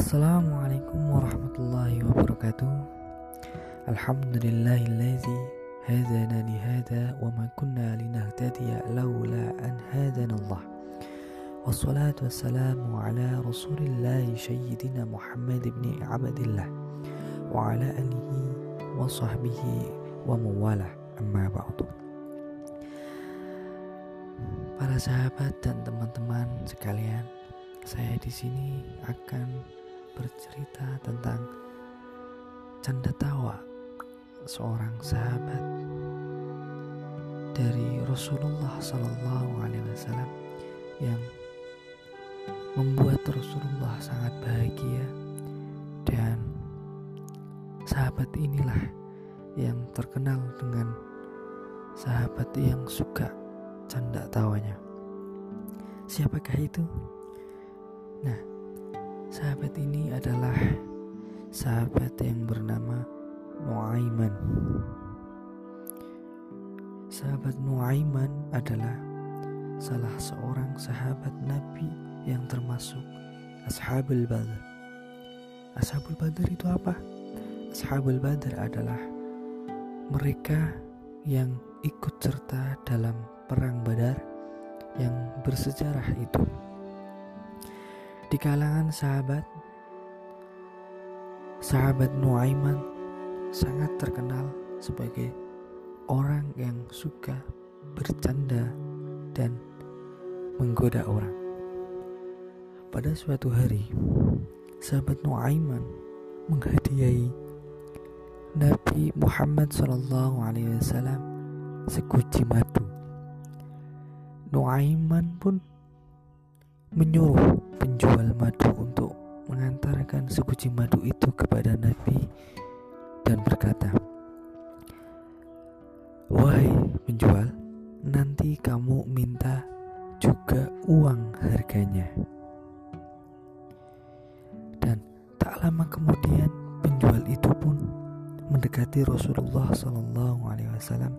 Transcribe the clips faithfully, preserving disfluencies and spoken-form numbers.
Assalamualaikum warahmatullahi wabarakatuh. Alhamdulillahillazi hadana lihada wa ma kunna linahtadiya laula an hadanallah. Wassalatu wassalamu ala rasulillahi sayyidina Muhammad ibn Abdillah wa ala alihi wa sahbihi wa mawalah, amma ba'du. Para sahabat dan teman-teman sekalian, saya di sini akan bercerita tentang canda tawa seorang sahabat dari Rasulullah Sallallahu Alaihi Wasallam yang membuat Rasulullah sangat bahagia, dan sahabat inilah yang terkenal dengan sahabat yang suka canda tawanya. Siapakah itu? Nah, sahabat ini adalah sahabat yang bernama Nuaiman. Sahabat Nuaiman adalah salah seorang sahabat Nabi yang termasuk Ashabul Badr. Ashabul Badr itu apa? Ashabul Badr adalah mereka yang ikut serta dalam perang Badar yang bersejarah itu. Di kalangan sahabat, sahabat Nuaiman sangat terkenal sebagai orang yang suka bercanda dan menggoda orang. Pada suatu hari, sahabat Nuaiman menghadiahi Nabi Muhammad shallallahu alaihi wasallam sekuci madu. Nuaiman pun menyuruh penjual madu untuk mengantarkan sekuci madu itu kepada Nabi dan berkata, "Wahai penjual, nanti kamu minta juga uang harganya." Dan tak lama kemudian penjual itu pun mendekati Rasulullah Sallallahu Alaihi Wasallam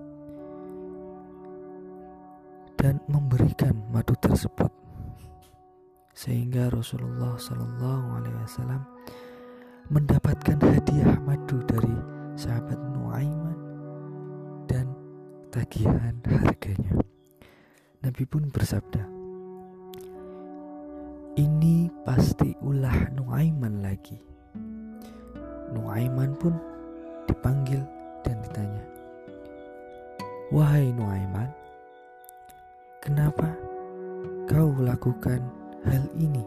dan memberikan madu tersebut, sehingga Rasulullah Sallallahu Alaihi Wasallam mendapatkan hadiah madu dari sahabat Nuaiman dan tagihan harganya. Nabi pun bersabda, "Ini pasti ulah Nuaiman lagi." Nuaiman pun dipanggil dan ditanya, "Wahai Nuaiman, kenapa kau lakukan hal ini?"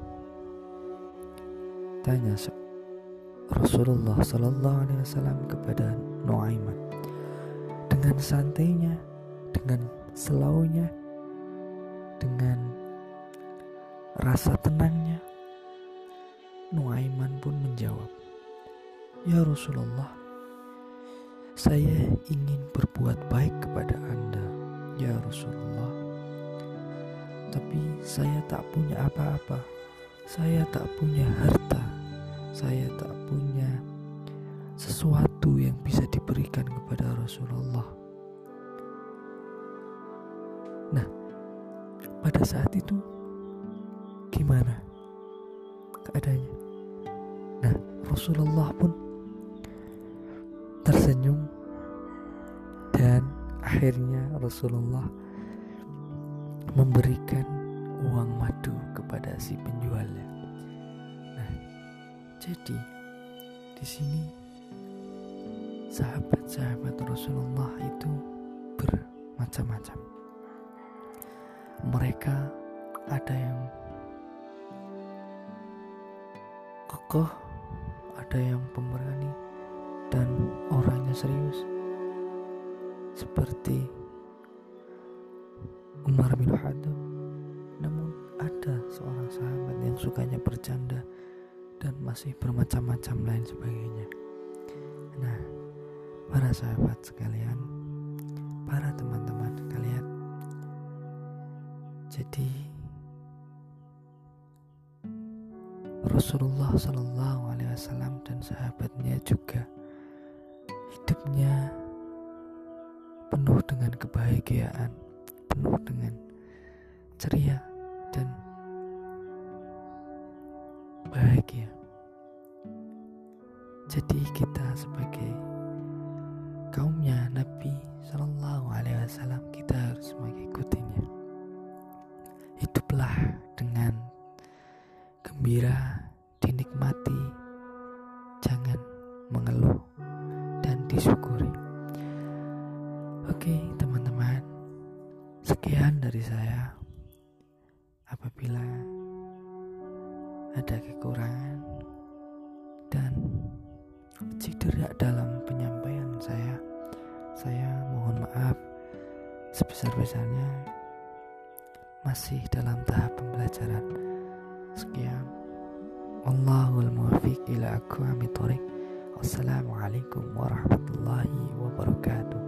Tanya Rasulullah Sallallahu Alaihi Wasallam kepada Nuaiman. Dengan santainya, dengan selaunya, dengan rasa tenangnya, Nuaiman pun menjawab, "Ya Rasulullah, saya ingin berbuat baik kepada Anda, ya Rasulullah. Tapi saya tak punya apa-apa. Saya tak punya harta. Saya tak punya sesuatu yang bisa diberikan kepada Rasulullah." Nah, pada saat itu gimana keadaannya? Nah, Rasulullah pun tersenyum dan akhirnya Rasulullah memberikan uang madu kepada si penjualnya. Nah, jadi di sini sahabat-sahabat Rasulullah itu bermacam-macam. Mereka ada yang kokoh, ada yang pemberani, dan orangnya serius, seperti Umar bin Khattab. Namun ada seorang sahabat yang sukanya bercanda dan masih bermacam-macam lain sebagainya. Nah, para sahabat sekalian, para teman-teman sekalian, jadi Rasulullah Sallallahu Alaihi Wasallam dan sahabatnya juga hidupnya penuh dengan kebahagiaan, penuh dengan ceria dan bahagia. Jadi kita sebagai kaumnya Nabi Shallallahu Alaihi Wasallam, kita harus mengikutinya. Hiduplah dengan gembira, dinikmati, jangan mengeluh dan disyukuri. Oke teman-teman, sekian dari saya. Apabila ada kekurangan dan cedera dalam penyampaian saya, saya mohon maaf sebesar-besarnya. Masih dalam tahap pembelajaran. Sekian. Wallahul muwaffiq ila aqwamit thoriq. Wassalamualaikum warahmatullahi wabarakatuh.